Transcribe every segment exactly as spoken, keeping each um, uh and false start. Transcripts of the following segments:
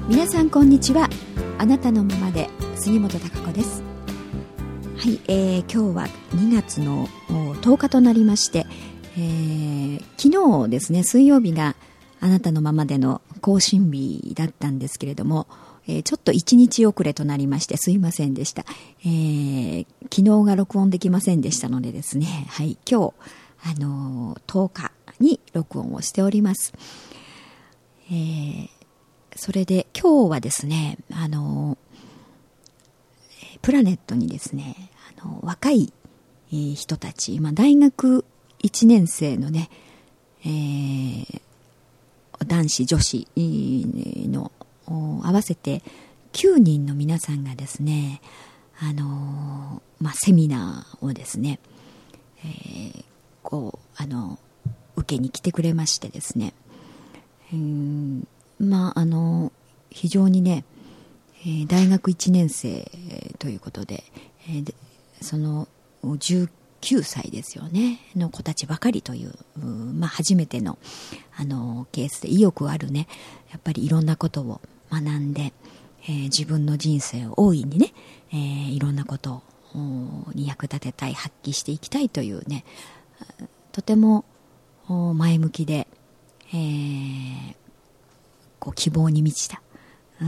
皆さんこんにちは。あなたのままで杉本孝子です。はい、えー、今日はにがつのとおかとなりまして、えー、昨日ですね、水曜日があなたのままでの更新日だったんですけれども、えー、ちょっといちにち遅れとなりましてすいませんでした。えー、昨日が録音できませんでしたのでですね、はい、今日、あのー、とおかに録音をしております。えー、それで今日はですね、あのー、プラネットにですね、あのー、若い人たち、まあ、大学いちねん生のね、えー、男子女子の合わせてきゅうにんの皆さんがですね、あのーまあ、セミナーをですね、えー、こうあの受けに来てくれましてですね、うーんまああの非常にね、えー、大学いちねん生ということで、えー、でそのじゅうきゅうさいですよねの子たちばかりという、まあ、初めての、あのケースで意欲あるね、やっぱりいろんなことを学んで、えー、自分の人生を大いにね、えー、いろんなことに役立てたい、発揮していきたいというね、とても前向きで、えー、こう希望に満ちた、うん、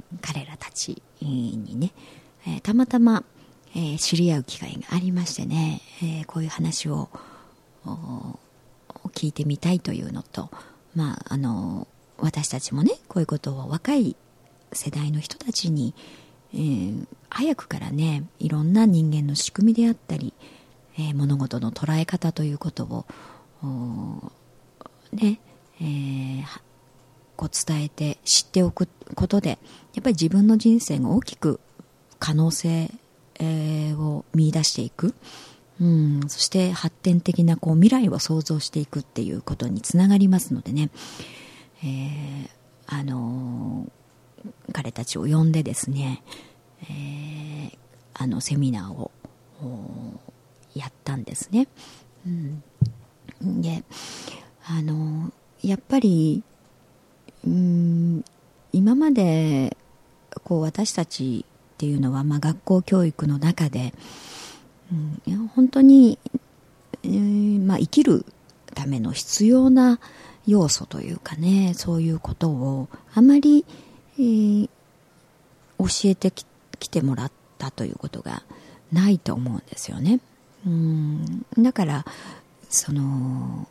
彼らたちにね、えー、たまたまえー、知り合う機会がありましてね、えー、こういう話を聞いてみたいというのと、まあ、あの私たちもねこういうことを若い世代の人たちに、えー、早くからねいろんな人間の仕組みであったり、えー、物事の捉え方ということをね、えー、こう伝えて知っておくことで、やっぱり自分の人生が大きく可能性えー、を見出していく、うん、そして発展的なこう未来を創造していくっていうことにつながりますのでね、えー、あのー、彼たちを呼んでですね、えー、あのセミナーをやったんですね、うん、であのー、やっぱり、うん、今までこう私たちっていうのは、まあ、学校教育の中で、うん、本当に、えーまあ、生きるための必要な要素というかね、そういうことをあまり、えー、教えてき、きてもらったということがないと思うんですよね。うん、だからその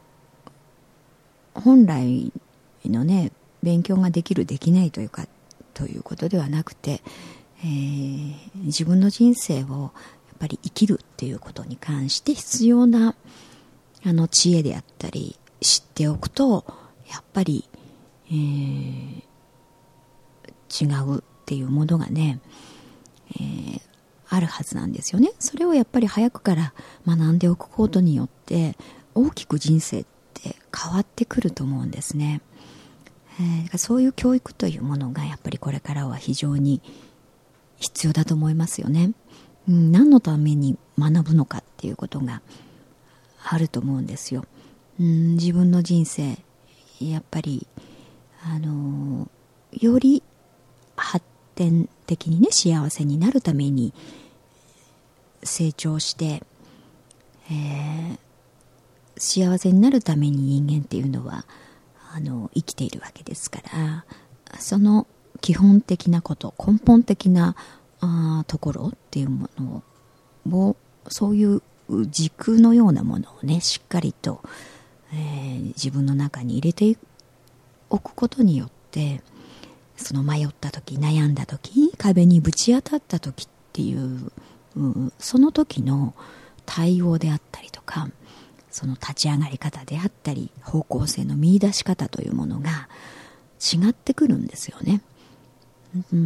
本来のね勉強ができるできないというかということではなくて、えー、自分の人生をやっぱり生きるっていうことに関して必要なあの知恵であったり知っておくとやっぱり、えー、違うっていうものがね、えー、あるはずなんですよね。それをやっぱり早くから学んでおくことによって大きく人生って変わってくると思うんですね。えー、そういう教育というものがやっぱりこれからは非常に必要だと思いますよね、うん、何のために学ぶのかっていうことがあると思うんですよ、うん、自分の人生やっぱりあのー、より発展的にね幸せになるために成長して、えー、幸せになるために人間っていうのはあの生きているわけですから、その基本的なこと、根本的なあところっていうものを、そういう軸のようなものをねしっかりと、えー、自分の中に入れておくことによって、その迷った時、悩んだ時、壁にぶち当たった時っていう、うん、その時の対応であったりとか、その立ち上がり方であったり方向性の見出し方というものが違ってくるんですよね。うん、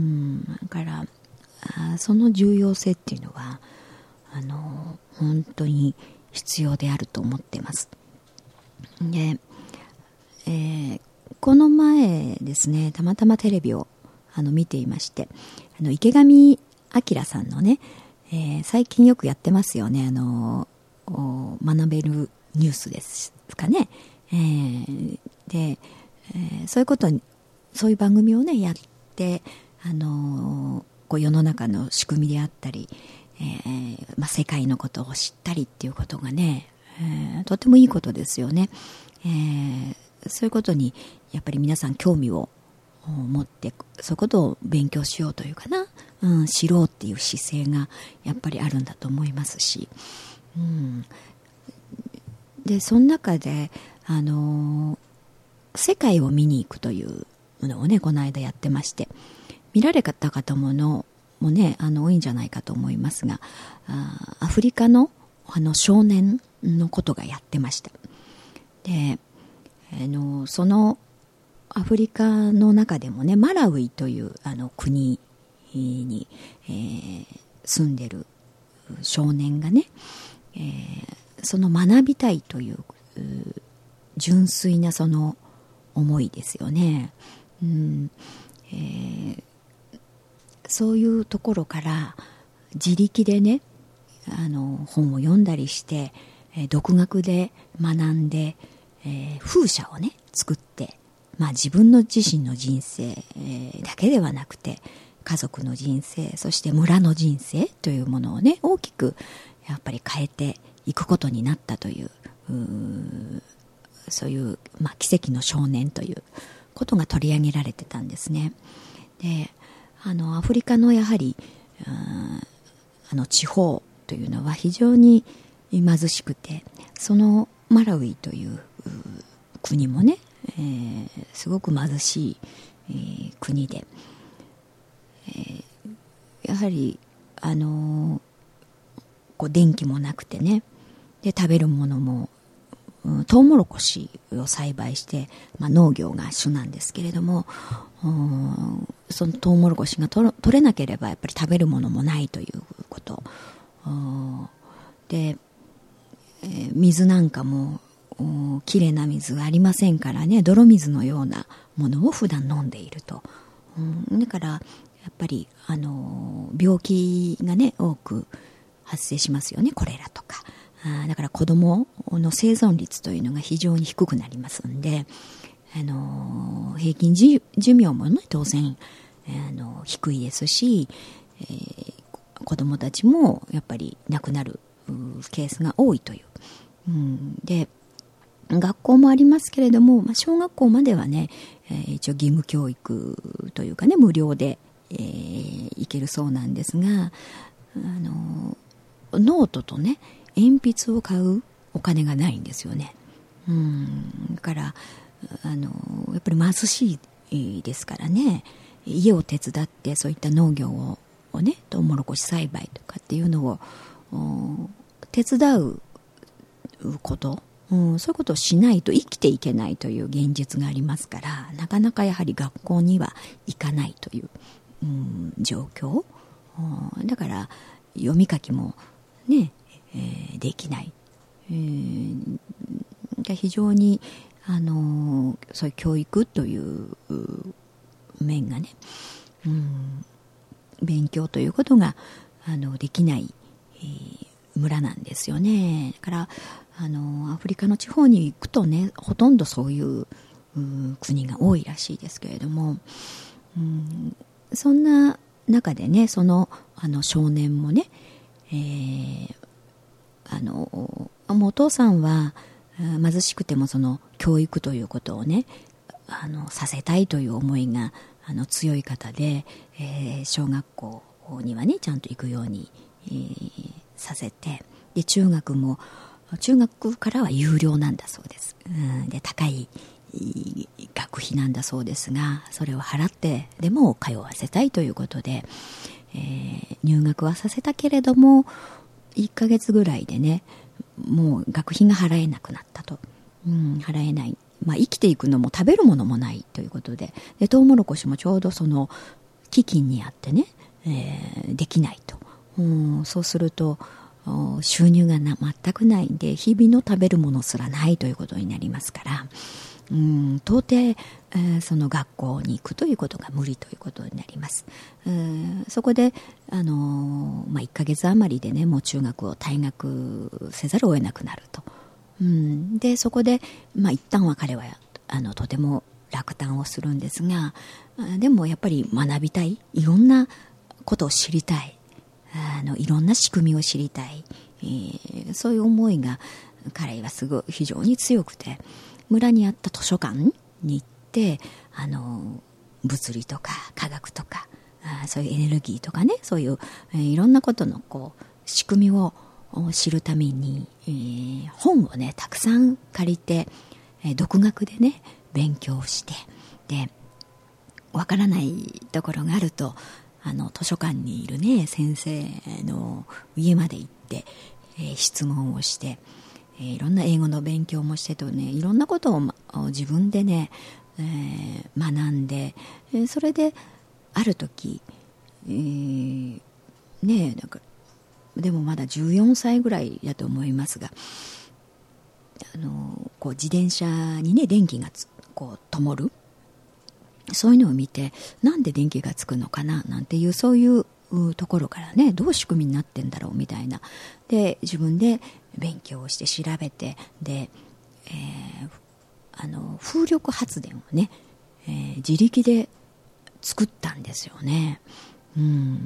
だからあその重要性っていうのはあの本当に必要であると思ってます。で、えー、この前ですね、たまたまテレビをあの見ていまして、あの池上彰さんのね、えー、最近よくやってますよね、あの学べるニュースですかね、えー、で、えー、そういうことにそういう番組をねやっしてあのこう世の中の仕組みであったり、えーまあ、世界のことを知ったりっていうことがね、えー、とてもいいことですよね。えー、そういうことにやっぱり皆さん興味を持ってそういうことを勉強しようというかな、うん、知ろうっていう姿勢がやっぱりあるんだと思いますし、うん、でその中であの世界を見に行くというのをねこの間やってまして、見られた方ものもねあの多いんじゃないかと思いますが、あアフリカのあの少年のことがやってました。であのそのアフリカの中でもねマラウイというあの国に、えー、住んでる少年がね、えー、その学びたいという純粋なその思いですよね、うんえー、そういうところから自力でねあの本を読んだりして、えー、独学で学んで、えー、風車をね作って、まあ、自分の自身の人生、えー、だけではなくて家族の人生そして村の人生というものをね大きくやっぱり変えていくことになったという、うーそういう、まあ、奇跡の少年ということが取り上げられてたんですね。であのアフリカのやはりあの地方というのは非常に貧しくて、そのマラウイという国もね、えー、すごく貧しい、えー、国で、えー、やはりあのー、こう電気もなくてね、で食べるものも、うん、トウモロコシを栽培して、まあ、農業が主なんですけれども、うん、そのトウモロコシが取れなければやっぱり食べるものもないということ、うん、で、えー、水なんかもきれいな水がありませんからね、泥水のようなものを普段飲んでいると、うん、だからやっぱりあの病気がね多く発生しますよね、コレラとか。あだから子供の生存率というのが非常に低くなりますんで、あの平均寿命もね当然あの低いですし、えー、子供たちもやっぱり亡くなるケースが多いという、うん、で学校もありますけれども、まあ、小学校まではね、えー、一応義務教育というかね無料で、えー、行けるそうなんですが、あのノートとね鉛筆を買うお金がないんですよね。うん、だからあのやっぱり貧しいですからね、家を手伝ってそういった農業を、をねトウモロコシ栽培とかっていうのを手伝うこと、うん、そういうことをしないと生きていけないという現実がありますから、なかなかやはり学校には行かないという、うん、状況、うん、だから読み書きもね、えー、できない、えー、非常にあのー、そういう教育という面がね、うん、勉強ということがあのできない、えー、村なんですよね。だからあのアフリカの地方に行くとねほとんどそういう、うん、国が多いらしいですけれども、うん、そんな中でねその、あの少年もね、えー、あのもうお父さんは貧しくてもその教育ということをねあのさせたいという思いがあの強い方で、えー、小学校にはねちゃんと行くように、えー、させて、で中学も中学からは有料なんだそうです、うん、で高い学費なんだそうですが、それを払ってでも通わせたいということで、えー、入学はさせたけれどもいっかげつぐらいでねもう学費が払えなくなったと、うん、払えない、まあ、生きていくのも食べるものもないということで、でトウモロコシもちょうどその飢饉にあってね、えー、できないと、うん、そうすると収入がな全くないんで日々の食べるものすらないということになりますから、うん、到底、えー、その学校に行くということが無理ということになります。えー、そこで、あのーまあ、いっかげつ余りでねもう中学を退学せざるを得なくなると、うん、でそこで、まあ、一旦は彼はあのとても落胆をするんですが、でもやっぱり学びたい、いろんなことを知りたい、あのいろんな仕組みを知りたい、えー、そういう思いが彼はすごい非常に強くて、村にあった図書館に行ってあの物理とか科学とかあそういうエネルギーとかね、そういう、えー、いろんなことのこう仕組みを知るために、えー、本をねたくさん借りて、えー、独学でね勉強して、でわからないところがあるとあの図書館にいるね先生の家まで行って、えー、質問をして、えー、いろんな英語の勉強もしてとね、いろんなことを、ま、自分でね、えー、学んで、えー、それである時、えー、ねなんかでもまだじゅうよんさいぐらいだと思いますが、あのこう自転車にね電気がつこう灯る、そういうのを見て、なんで電気がつくのかななんていう、そういうところからね、どう仕組みになってんだろうみたいな、で自分で勉強をして調べて、で、えー、あの風力発電をね、えー、自力で作ったんですよね。うん、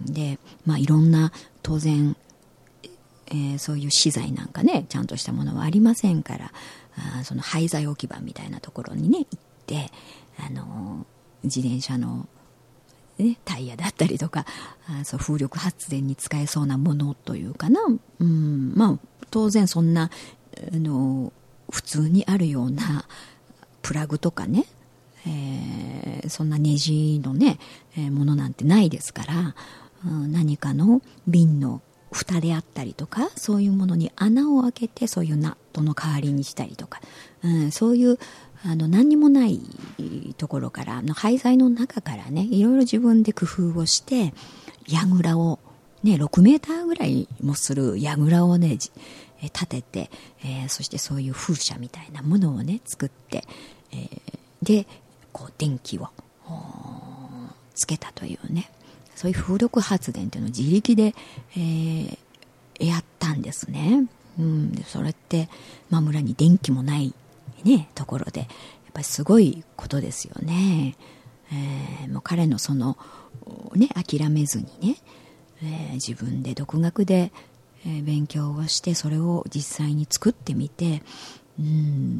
で、まあいろんな当然、えー、そういう資材なんかねちゃんとしたものはありませんから、あその廃材置き場みたいなところにね行って、あの自転車の、ね、タイヤだったりとか、あそう風力発電に使えそうなものというかな、うん、まあ当然そんなあの普通にあるようなプラグとかね、えー、そんなネジのね、えー、ものなんてないですから、うん、何かの瓶の蓋であったりとか、そういうものに穴を開けてそういうナットの代わりにしたりとか、うん、そういうあの何にもないところから、の廃材の中からね、いろいろ自分で工夫をして櫓をねろくメーターぐらいもする櫓をね立てて、えー、そしてそういう風車みたいなものをね作って、えー、でこう電気をつけたというね、そういう風力発電というのを自力で、えー、やったんですね。うん、でそれって、まあ、村に電気もないね、ところでやっぱりすごいことですよね。えー、もう彼のその、ね、諦めずにね、えー、自分で独学で、えー、勉強をしてそれを実際に作ってみて、うん、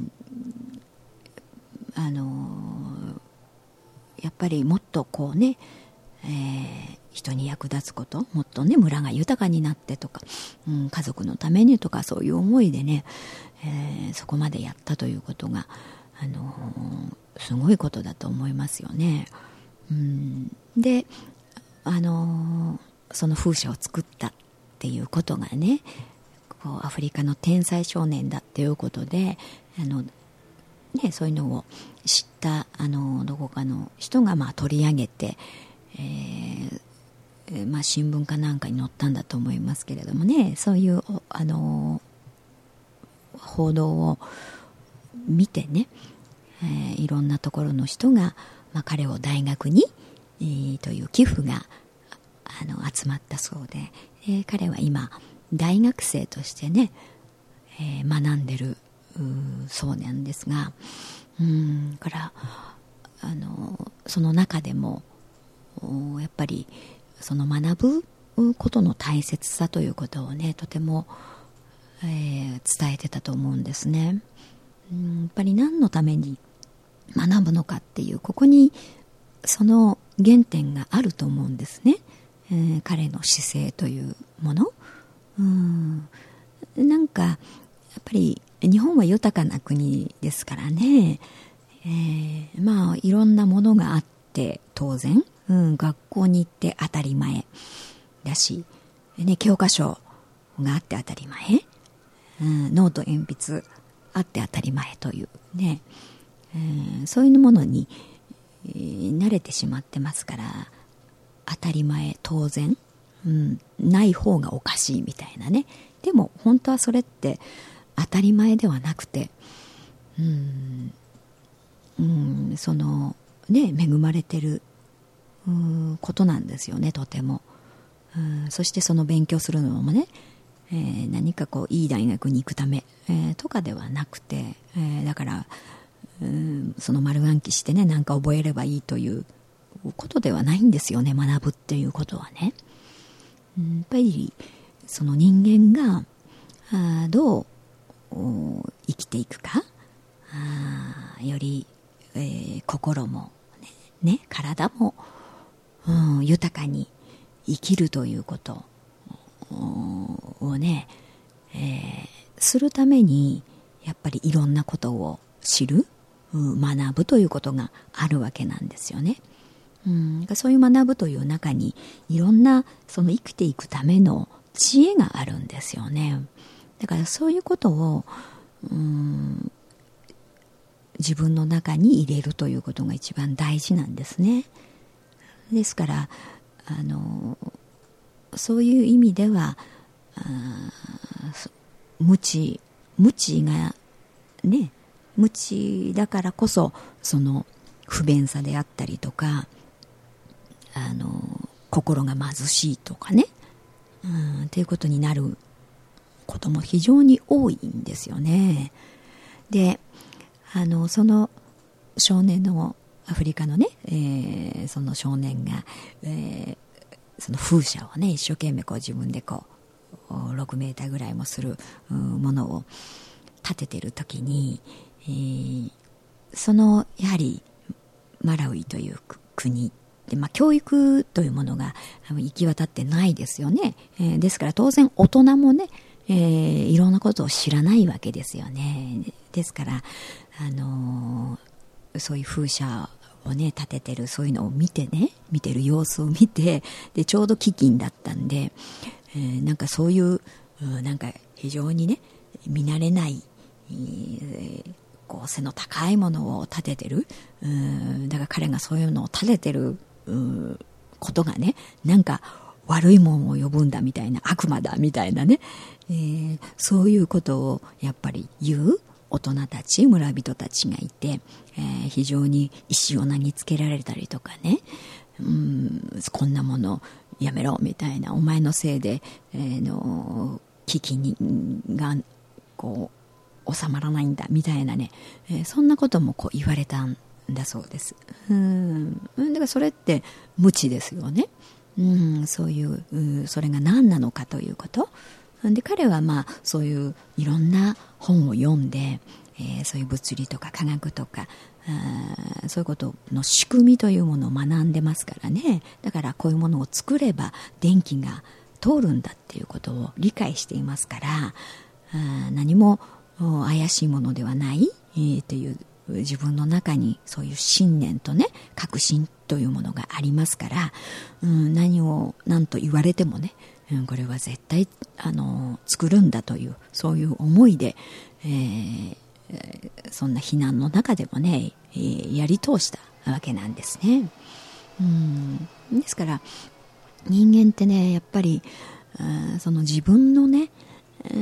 あのー、やっぱりもっとこうね、えー、人に役立つこと、もっとね村が豊かになってとか、うん、家族のためにとか、そういう思いでね、えー、そこまでやったということが、あのー、すごいことだと思いますよね。うん、で、あのー、その風車を作ったっていうことがね、こうアフリカの天才少年だっていうことで、あのね、そういうのを知ったあのどこかの人がまあ取り上げて、えーえーまあ、新聞かなんかに載ったんだと思いますけれどもね、そういうあの報道を見てね、えー、いろんなところの人が、まあ、彼を大学に、えー、という寄付があの集まったそうで、えー、彼は今大学生としてね、えー、学んでるそうなんですが、うんからあのその中でもやっぱりその学ぶことの大切さということをねとても、えー、伝えてたと思うんですね。うんやっぱり何のために学ぶのかっていう、ここにその原点があると思うんですね、えー、彼の姿勢というもの。うんなんかやっぱり日本は豊かな国ですからね、えー、まあいろんなものがあって当然、うん、学校に行って当たり前だし、ね、教科書があって当たり前、うん、ノート鉛筆あって当たり前というね、えー、そういうものに、えー、慣れてしまってますから、当たり前当然、うん、ない方がおかしいみたいなね。でも本当はそれって当たり前ではなくて、うん、うん、そのね恵まれてる、うん、ことなんですよね、とても。うん、そしてその勉強するのもね、えー、何かこういい大学に行くため、えー、とかではなくて、えー、だからうん、その丸暗記してね、なんか覚えればいいということではないんですよね、学ぶっていうことはね。うん、やっぱりその人間があどう生きていくか、あより、えー、心もね、ね体も、うん、豊かに生きるということをね、えー、するためにやっぱりいろんなことを知る、うん、学ぶということがあるわけなんですよね。うん、そういう学ぶという中にいろんなその生きていくための知恵があるんですよね。だからそういうことを、うん、自分の中に入れるということが一番大事なんですね。ですからあのそういう意味では無知無知がね、無知だからこそその不便さであったりとか、あの心が貧しいとかね、うん、っていうことになることも非常に多いんですよね。で、あのその少年のアフリカのね、えー、その少年が、えー、その風車をね一生懸命こう自分でこうろくメーターぐらいもするものを立ててる時に、えー、そのやはりマラウイという国で、まあ、教育というものが行き渡ってないですよね、えー、ですから当然大人もね、えー、いろんなことを知らないわけですよね。ですから、あのー、そういう風車をね立ててるそういうのを見てね見てる様子を見て、でちょうど飢饉だったんで、えー、なんかそういうなんか非常にね見慣れない、えー、こう背の高いものを立ててる、うん、だから彼がそういうのを立ててることがねなんか悪いもんを呼ぶんだみたいな、悪魔だみたいなね、えー、そういうことをやっぱり言う大人たち村人たちがいて、えー、非常に石を投げつけられたりとかね、うん、こんなものやめろみたいな、お前のせいで、えー、の危機にがこう収まらないんだみたいなね、えー、そんなこともこう言われたんだそうです。うん、だからそれって無知ですよね。うん、そういう、うん、それが何なのかということで、彼はまあそういういろんな本を読んで、えー、そういう物理とか科学とかあそういうことの仕組みというものを学んでますからね。だからこういうものを作れば電気が通るんだっていうことを理解していますから、あ何も怪しいものではない、えー、という自分の中にそういう信念とね確信というものがありますから、うん、何を何と言われてもね、うん、これは絶対あの作るんだというそういう思いで、えー、そんな避難の中でもね、えー、やり通したわけなんですね。うん、ですから人間ってねやっぱりその自分のねうん、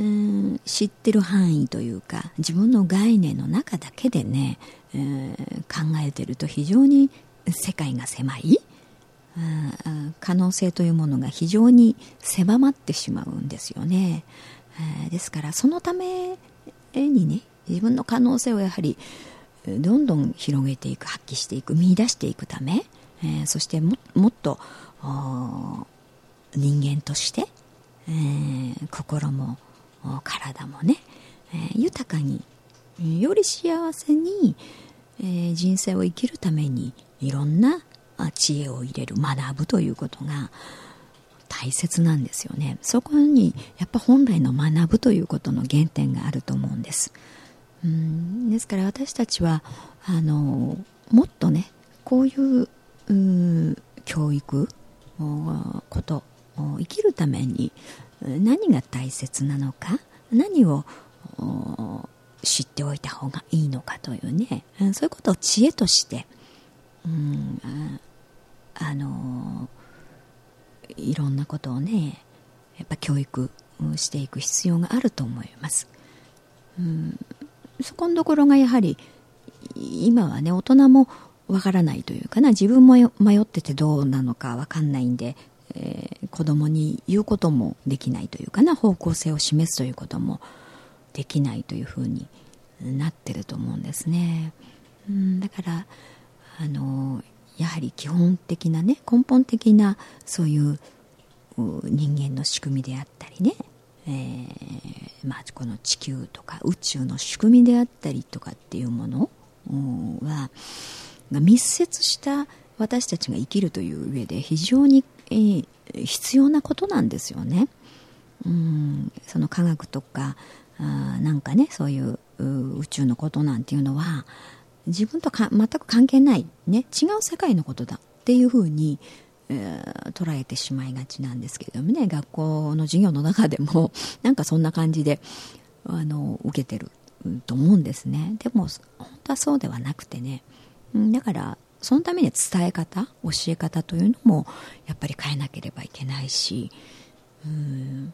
知ってる範囲というか自分の概念の中だけでね、えー、考えてると非常に世界が狭い、うん、可能性というものが非常に狭まってしまうんですよね、えー、ですからそのためにね自分の可能性をやはりどんどん広げていく発揮していく見出していくため、えー、そして も, もっと人間として、えー、心も体もね、えー、豊かにより幸せに、えー、人生を生きるためにいろんな知恵を入れる学ぶということが大切なんですよね。そこにやっぱ本来の学ぶということの原点があると思うんです。うんですから私たちはあのもっとねこういう、う教育こと生きるために何が大切なのか何を知っておいた方がいいのかというねそういうことを知恵として、うん、あ, あのいろんなことをねやっぱ教育していく必要があると思います、うん、そこのところがやはり今はね大人もわからないというかな自分も迷っててどうなのかわかんないんでえー、子供に言うこともできないというかな方向性を示すということもできないというふうになってると思うんですね。 うん、だからあのやはり基本的なね、根本的なそういう人間の仕組みであったりね、えーまあ、この地球とか宇宙の仕組みであったりとかっていうものは密接した私たちが生きるという上で非常に、えー、必要なことなんですよね。うん、その科学とかあなんかね、そういう宇宙のことなんていうのは自分とか全く関係ない、ね、違う世界のことだっていうふうに、えー、捉えてしまいがちなんですけれどもね、学校の授業の中でもなんかそんな感じであの受けてると思うんですね。でも本当はそうではなくてね、だからそのためには伝え方、教え方というのもやっぱり変えなければいけないし、うん、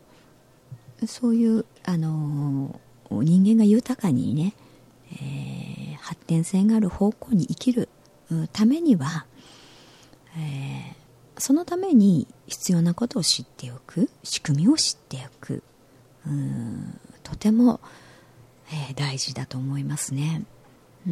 そういうあの人間が豊かにね、えー、発展性がある方向に生きるためには、えー、そのために必要なことを知っておく、仕組みを知っておく、うん、とても、えー、大事だと思いますね。うん、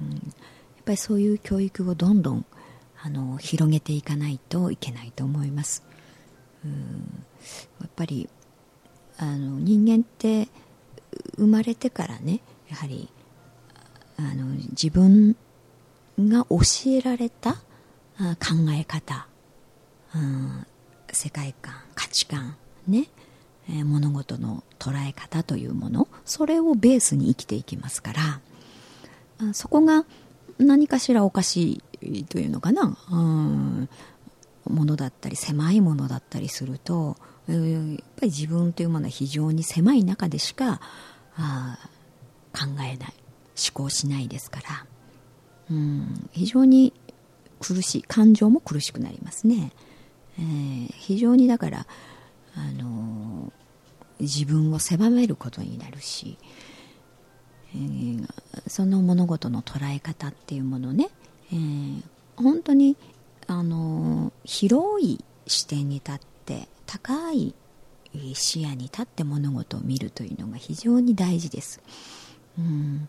やっぱりそういう教育をどんどんあの広げていかないといけないと思います。うん、やっぱりあの人間って生まれてからね、やはりあの自分が教えられた考え方、うん、世界観、価値観ね、えー、物事の捉え方というもの、それをベースに生きていきますから、そこが何かしらおかしいというのかな、うん、ものだったり狭いものだったりすると、やっぱり自分というものは非常に狭い中でしかあ考えない、思考しないですから、うん、非常に苦しい、感情も苦しくなりますね。えー、非常にだから、あのー、自分を狭めることになるし、えー、その物事の捉え方っていうものね、えー、本当に、あのー、広い視点に立って高い視野に立って物事を見るというのが非常に大事です。うん、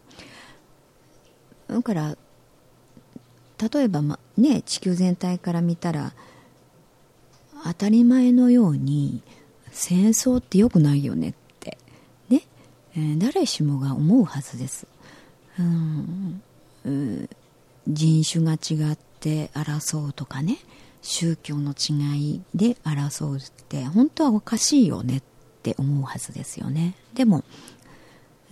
だから例えば、まね、地球全体から見たら当たり前のように戦争って良くないよねってね、えー、誰しもが思うはずです。うん、うん、人種が違って争うとかね、宗教の違いで争うって本当はおかしいよねって思うはずですよね。でも、うん、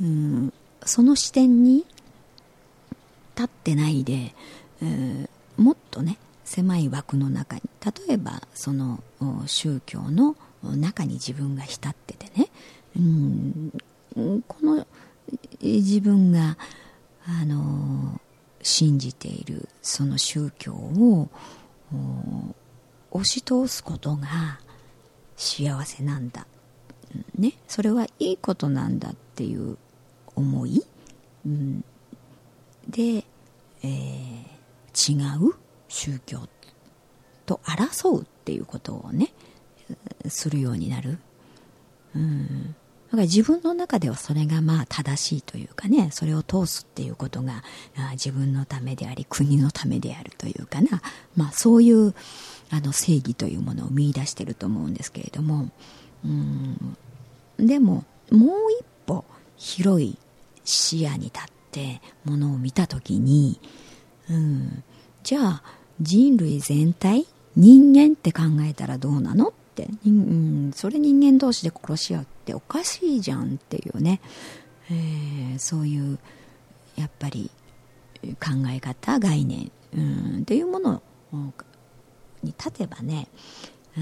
その視点に立ってないで、えー、もっとね狭い枠の中に、例えばその宗教の中に自分が浸っててね、うん、この自分があの信じているその宗教を押し通すことが幸せなんだ、ね、それはいいことなんだっていう思い、うん、で、えー、違う宗教と争うっていうことをねするようになる、うん、だから自分の中ではそれがまあ正しいというかね、それを通すっていうことが自分のためであり国のためであるというかな、まあ、そういうあの正義というものを見出していると思うんですけれども、うん、でももう一歩広い視野に立ってものを見たときに、うん、じゃあ人類全体、人間って考えたらどうなのって、うん、それ人間同士で殺し合うっておかしいじゃんっていうね、えー、そういうやっぱり考え方、概念、うん、っていうものに立てばね、うん、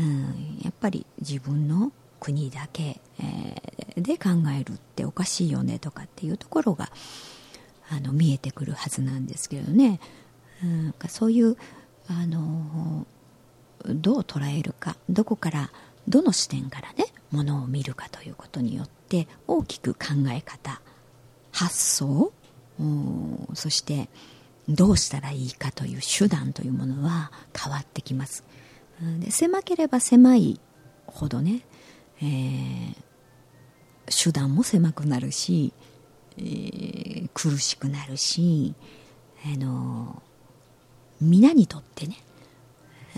やっぱり自分の国だけ、えー、で考えるっておかしいよねとかっていうところがあの見えてくるはずなんですけどね、うん、そういうあのどう捉えるか、どこからどの視点からねものを見るかということによって大きく考え方、発想、そしてどうしたらいいかという手段というものは変わってきます。で狭ければ狭いほどね、えー、手段も狭くなるし、えー、苦しくなるし、 あの皆にとってね、うん、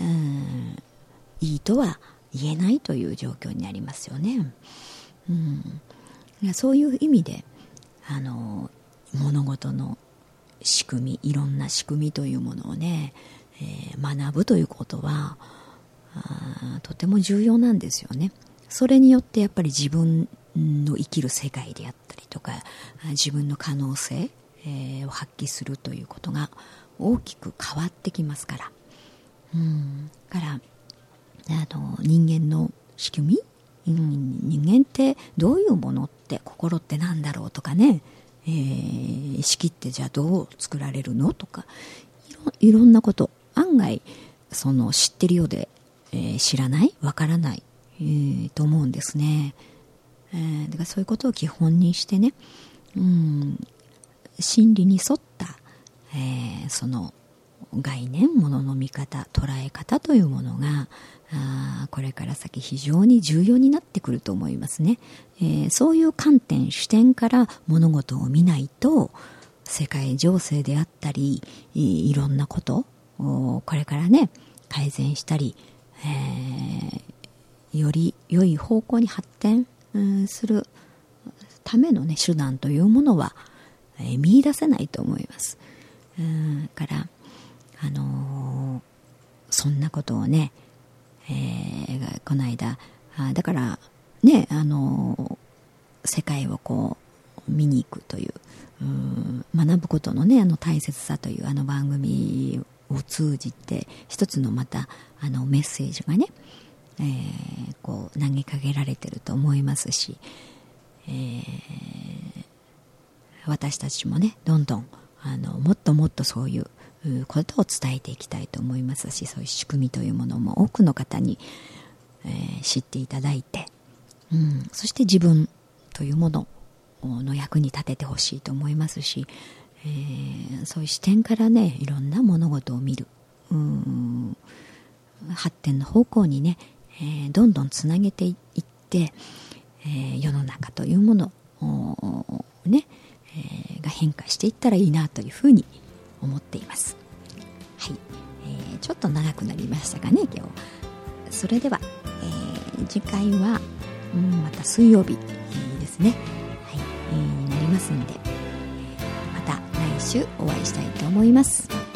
いいとは言えないという状況になりますよね。うん、そういう意味であの物事の仕組み、いろんな仕組みというものをね、えー、学ぶということはあとても重要なんですよね。それによってやっぱり自分の生きる世界であったりとか、自分の可能性、えー、を発揮するということが大きく変わってきますから、うん、からあの人間の仕組み、うん、人間ってどういうものって、心ってなんだろうとかね、えー、意識ってじゃあどう作られるのとか、いろ、いろんなこと案外その知ってるようで、えー、知らない、わからない、えー、と思うんですね。えー、だからそういうことを基本にしてね、うん、真理に沿った、えー、その概念、ものの見方、捉え方というものがあこれから先非常に重要になってくると思いますね。えー、そういう観点、視点から物事を見ないと、世界情勢であったり い, いろんなことこれからね改善したり、えー、より良い方向に発展、うん、するためのね手段というものは、えー、見出せないと思います。うんからあのー、そんなことをね、えー、この間あだからね、あのー、世界をこう見に行くという、うーん学ぶことのねあの大切さというあの番組を通じて一つのまたあのメッセージがね、えー、こう投げかけられてると思いますし、えー、私たちもねどんどんあのもっともっとそういうことを伝えていきたいと思いますし、そういう仕組みというものも多くの方に、えー、知っていただいて、うん、そして自分というものの役に立ててほしいと思いますし、えー、そういう視点からねいろんな物事を見る、うん、発展の方向にね、えー、どんどんつなげていって、えー、世の中というものをね、えー、が変化していったらいいなというふうに思っています。はい、えー、ちょっと長くなりましたかね今日。それでは、えー、次回は、うん、また水曜日ですね、はいえー、になりますので、また来週お会いしたいと思います。